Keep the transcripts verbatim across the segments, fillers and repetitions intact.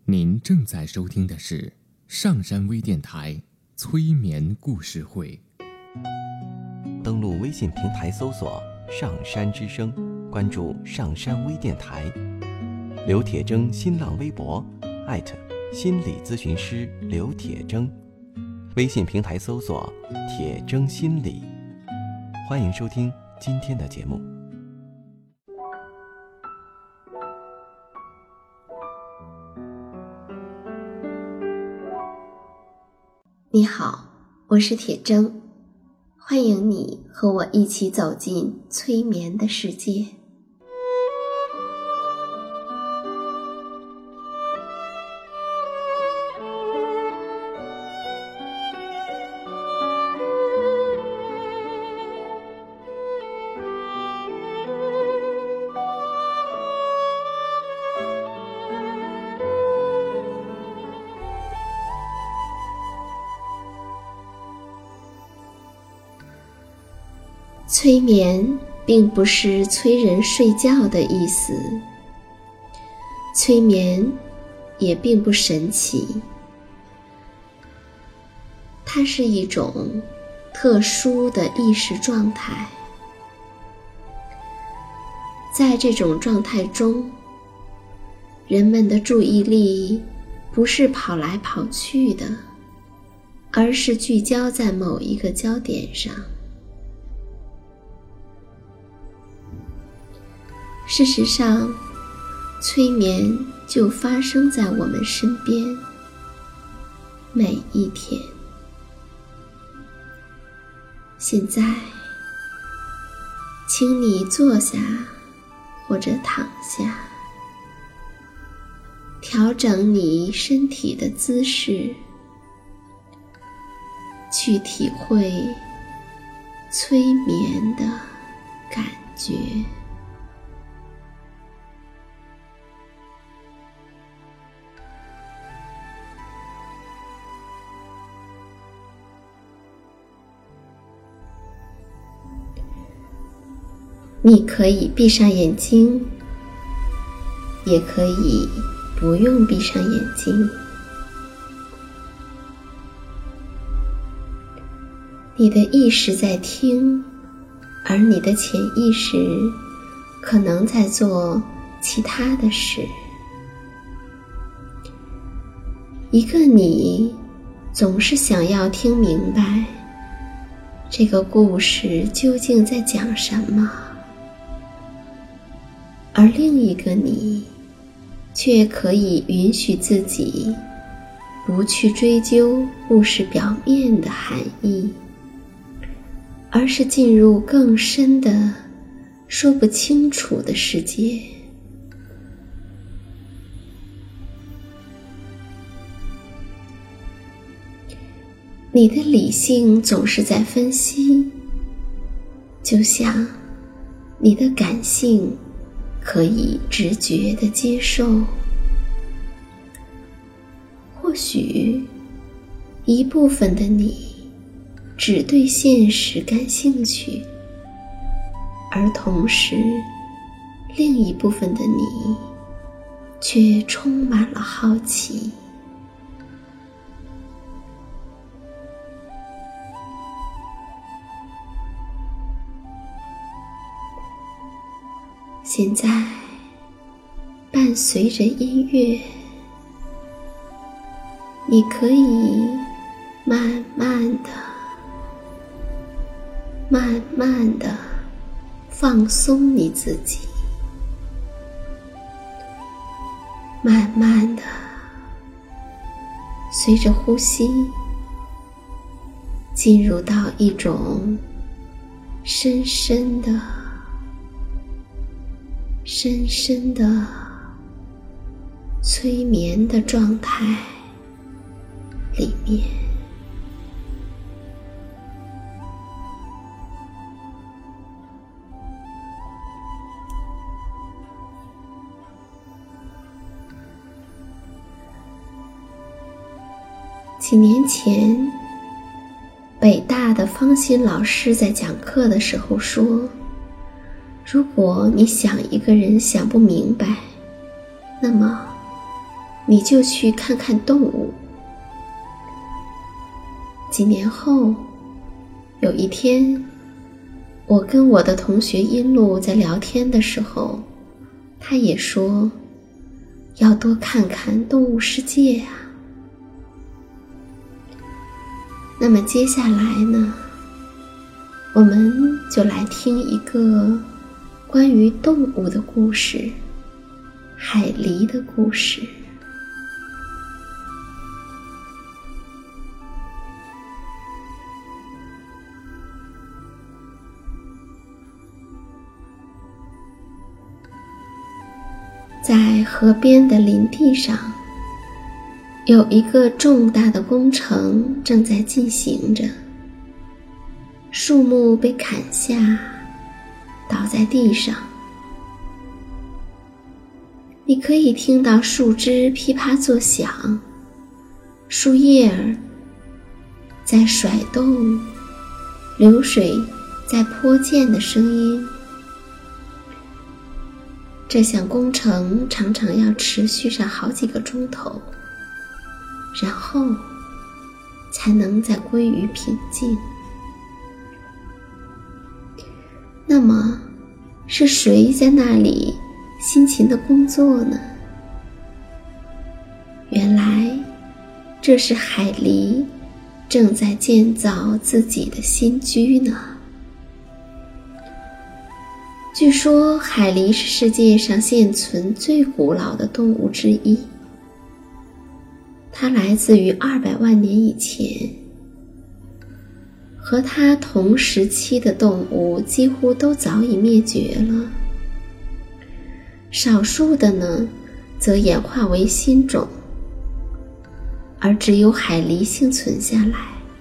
您正在收听的是上山微电台催眠故事会。 登录微信平台搜索上山之声，关注上山微电台。刘铁铮新浪微博艾特心理咨询师刘铁铮，微信平台搜索铁铮心理。欢迎收听今天的节目。 你好，我是铁铮，欢迎你和我一起走进催眠的世界。催眠并不是催人睡觉的意思，催眠也并不神奇，它是一种特殊的意识状态。在这种状态中，人们的注意力不是跑来跑去的，而是聚焦在某一个焦点上。事实上，催眠就发生在我们身边，每一天。现在，请你坐下或者躺下，调整你身体的姿势，去体会催眠的感觉。你可以闭上眼睛，也可以不用闭上眼睛。你的意识在听，而你的潜意识可能在做其他的事。一个你总是想要听明白这个故事究竟在讲什么，而另一个你却可以允许自己不去追究故事表面的含义，而是进入更深的说不清楚的世界。你的理性总是在分析，就像你的感性可以直觉地接受。或许一部分的你只对现实感兴趣，而同时另一部分的你却充满了好奇。现在，伴随着音乐，你可以慢慢的、慢慢的放松你自己，慢慢的随着呼吸，进入到一种深深的深深的催眠的状态里面。几年前，北大的方欣老师在讲课的时候说，如果你想一个人想不明白，那么你就去看看动物。几年后，有一天，我跟我的同学殷露在聊天的时候，他也说要多看看动物世界啊。那么接下来呢，我们就来听一个关于动物的故事，海狸的故事。在河边的林地上，有一个重大的工程正在进行着。树木被砍下，倒在地上，你可以听到树枝噼啪作响，树叶儿在甩动，流水在泼溅的声音。这项工程常常要持续上好几个钟头，然后才能再归于平静。那么，是谁在那里辛勤的工作呢？原来，这是海狸正在建造自己的新居呢。据说海狸是世界上现存最古老的动物之一，它来自于二百万年以前，和它同时期的动物几乎都早已灭绝了，少数的呢，则演化为新种，而只有海狸幸存下来。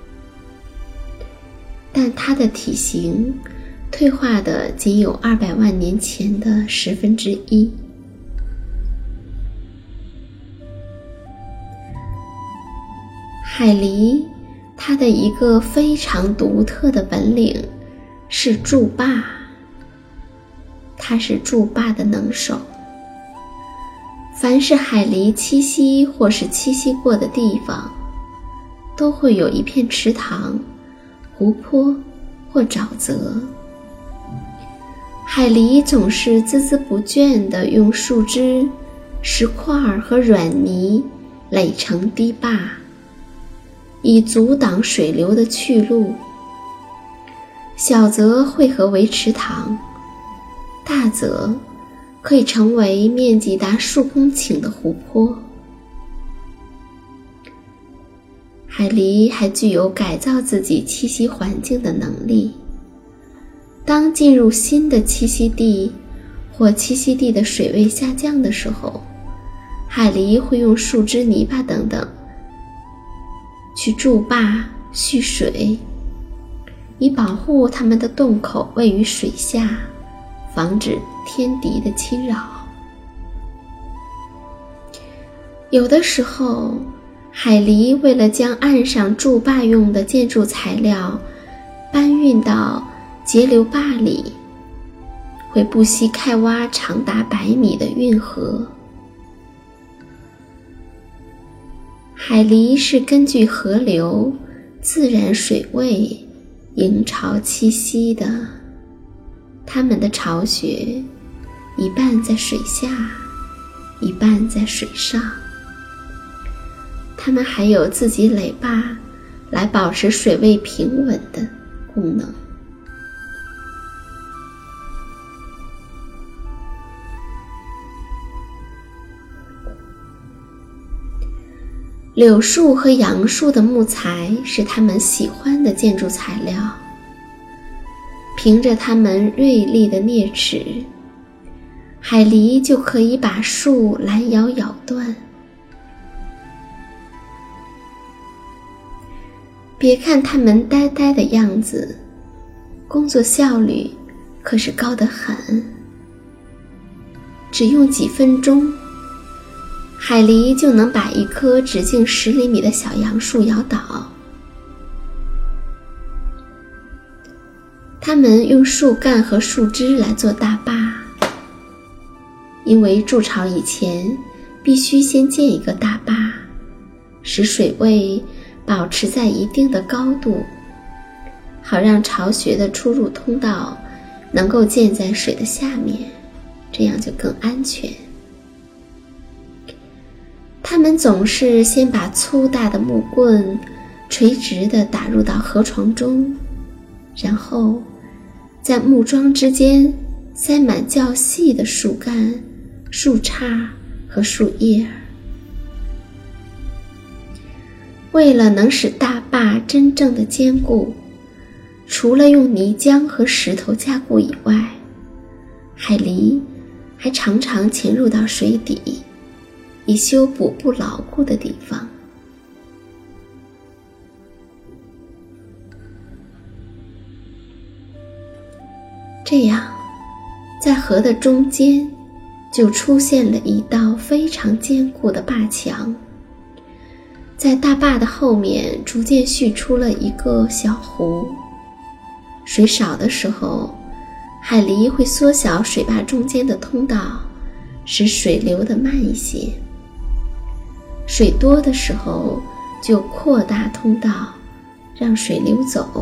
但它的体型退化的仅有二百万年前的十分之一。海狸，它的一个非常独特的本领是筑坝，它是筑坝的能手。凡是海狸栖息或是栖息过的地方，都会有一片池塘、湖泊或沼泽。海狸总是孜孜不倦地用树枝、石块和软泥垒成堤坝，以阻挡水流的去路。小则汇合为池塘，大则可以成为面积达数公顷的湖泊。海狸还具有改造自己栖息环境的能力。当进入新的栖息地或栖息地的水位下降的时候，海狸会用树枝、泥巴等等去筑坝蓄水，以保护它们的洞口位于水下，防止天敌的侵扰。有的时候，海狸为了将岸上筑坝用的建筑材料搬运到截流坝里，会不惜开挖长达百米的运河。海狸是根据河流、自然水位迎巢栖息的，它们的巢穴一半在水下，一半在水上。它们还有自己垒坝来保持水位平稳的功能。柳树和杨树的木材是他们喜欢的建筑材料，凭着它们锐利的啮齿，海狸就可以把树拦腰咬断。别看它们呆呆的样子，工作效率可是高得很。只用几分钟，海狸就能把一棵直径十厘米的小杨树摇倒。它们用树干和树枝来做大坝，因为筑巢以前必须先建一个大坝，使水位保持在一定的高度，好让巢穴的出入通道能够建在水的下面，这样就更安全。他们总是先把粗大的木棍垂直地打入到河床中，然后在木桩之间塞满较细的树干、树杈和树叶。为了能使大坝真正的坚固，除了用泥浆和石头加固以外，海狸还常常潜入到水底，以修补不牢固的地方。这样，在河的中间就出现了一道非常坚固的坝墙，在大坝的后面逐渐蓄出了一个小湖。水少的时候，海狸会缩小水坝中间的通道，使水流得慢一些；水多的时候，就扩大通道，让水流走。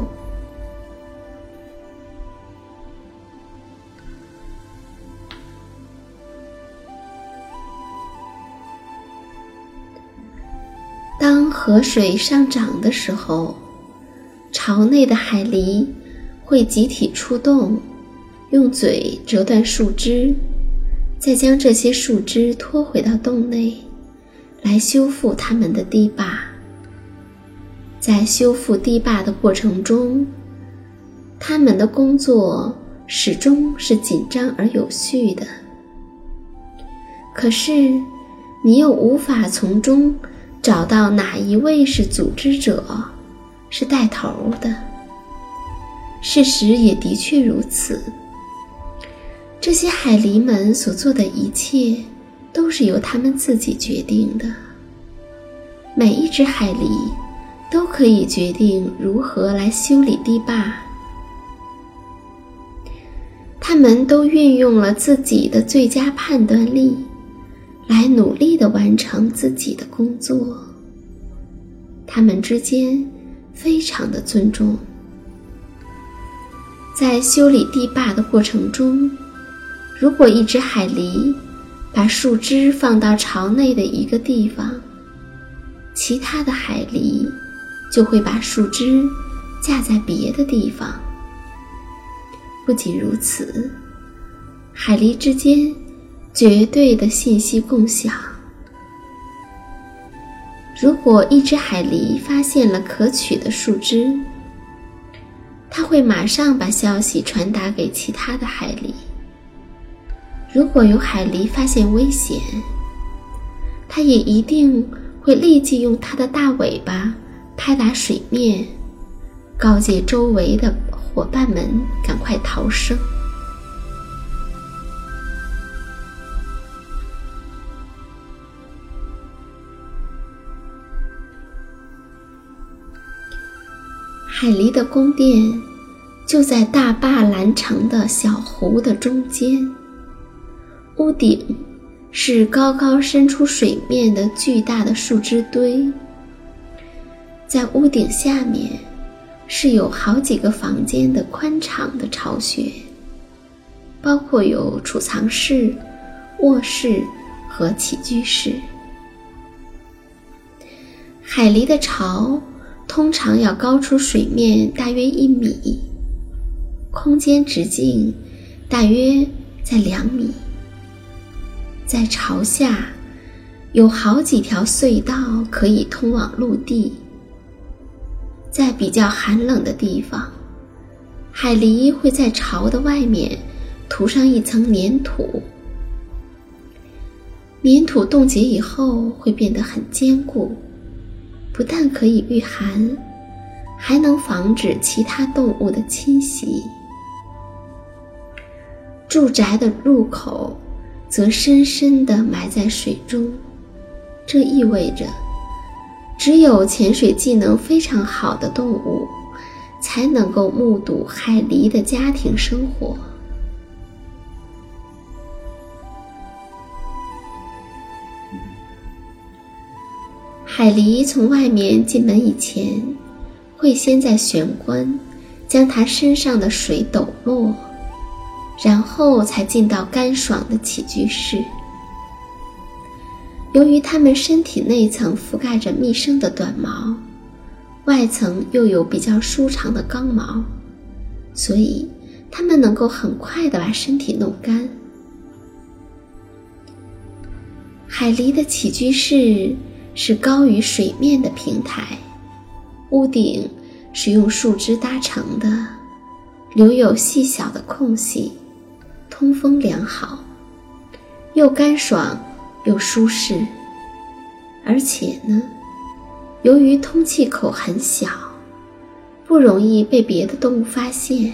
当河水上涨的时候，巢内的海狸会集体出动，用嘴折断树枝，再将这些树枝拖回到洞内，来修复它们的堤坝。在修复堤坝的过程中，它们的工作始终是紧张而有序的。可是，你又无法从中找到哪一位是组织者，是带头的。事实也的确如此，这些海狸们所做的一切都是由他们自己决定的。每一只海狸都可以决定如何来修理堤坝，他们都运用了自己的最佳判断力，来努力地完成自己的工作。他们之间非常的尊重。在修理堤坝的过程中，如果一只海狸把树枝放到巢内的一个地方，其他的海狸就会把树枝架在别的地方。不仅如此，海狸之间绝对的信息共享。如果一只海狸发现了可取的树枝，它会马上把消息传达给其他的海狸。如果有海狸发现危险，它也一定会立即用它的大尾巴拍打水面，告诫周围的伙伴们赶快逃生。海狸的宫殿就在大坝拦城的小湖的中间，屋顶是高高伸出水面的巨大的树枝堆，在屋顶下面是有好几个房间的宽敞的巢穴，包括有储藏室、卧室和起居室。海狸的巢通常要高出水面大约一米，空间直径大约在两米。在巢下有好几条隧道可以通往陆地。在比较寒冷的地方，海狸会在巢的外面涂上一层粘土。粘土冻结以后会变得很坚固，不但可以御寒，还能防止其他动物的侵袭。住宅的入口则深深地埋在水中，这意味着只有潜水技能非常好的动物才能够目睹海狸的家庭生活。 海狸从外面进门以前，会先在玄关将它身上的水抖落，然后才进到干爽的起居室。由于它们身体内层覆盖着密生的短毛，外层又有比较舒长的刚毛，所以它们能够很快地把身体弄干。海狸的起居室是高于水面的平台，屋顶是用树枝搭成的，留有细小的空隙，通风良好，又干爽又舒适。而且呢，由于通气口很小，不容易被别的动物发现，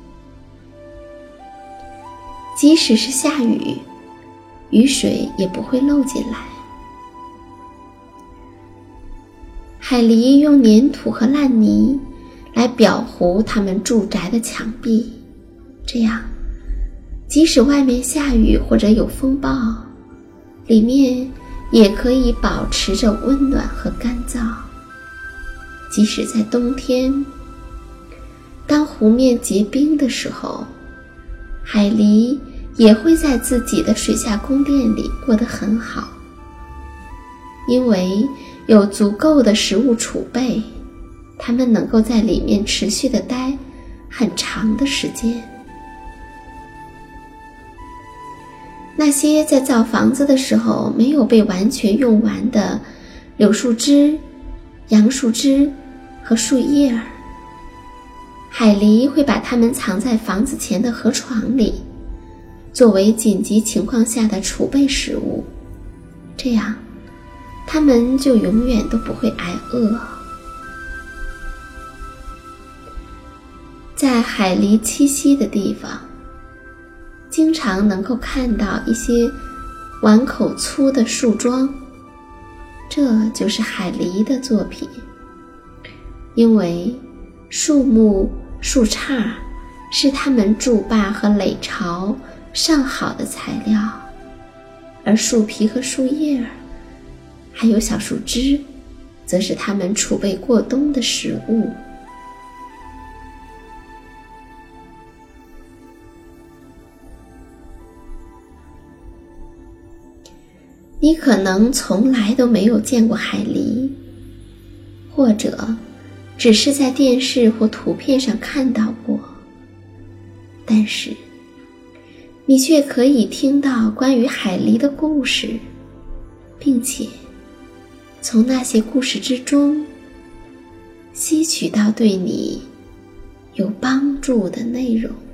即使是下雨，雨水也不会漏进来。海狸用粘土和烂泥来裱糊它们住宅的墙壁，这样即使外面下雨或者有风暴，里面也可以保持着温暖和干燥。即使在冬天，当湖面结冰的时候，海狸也会在自己的水下宫殿里过得很好，因为有足够的食物储备，它们能够在里面持续地待很长的时间。那些在造房子的时候没有被完全用完的柳树枝、杨树枝和树叶儿，海狸会把它们藏在房子前的河床里，作为紧急情况下的储备食物，这样它们就永远都不会挨饿。在海狸栖息的地方，经常能够看到一些碗口粗的树桩，这就是海狸的作品。因为树木、树杈是它们筑坝和垒巢上好的材料，而树皮和树叶还有小树枝则是它们储备过冬的食物。你可能从来都没有见过海狸，或者只是在电视或图片上看到过，但是你却可以听到关于海狸的故事，并且从那些故事之中吸取到对你有帮助的内容。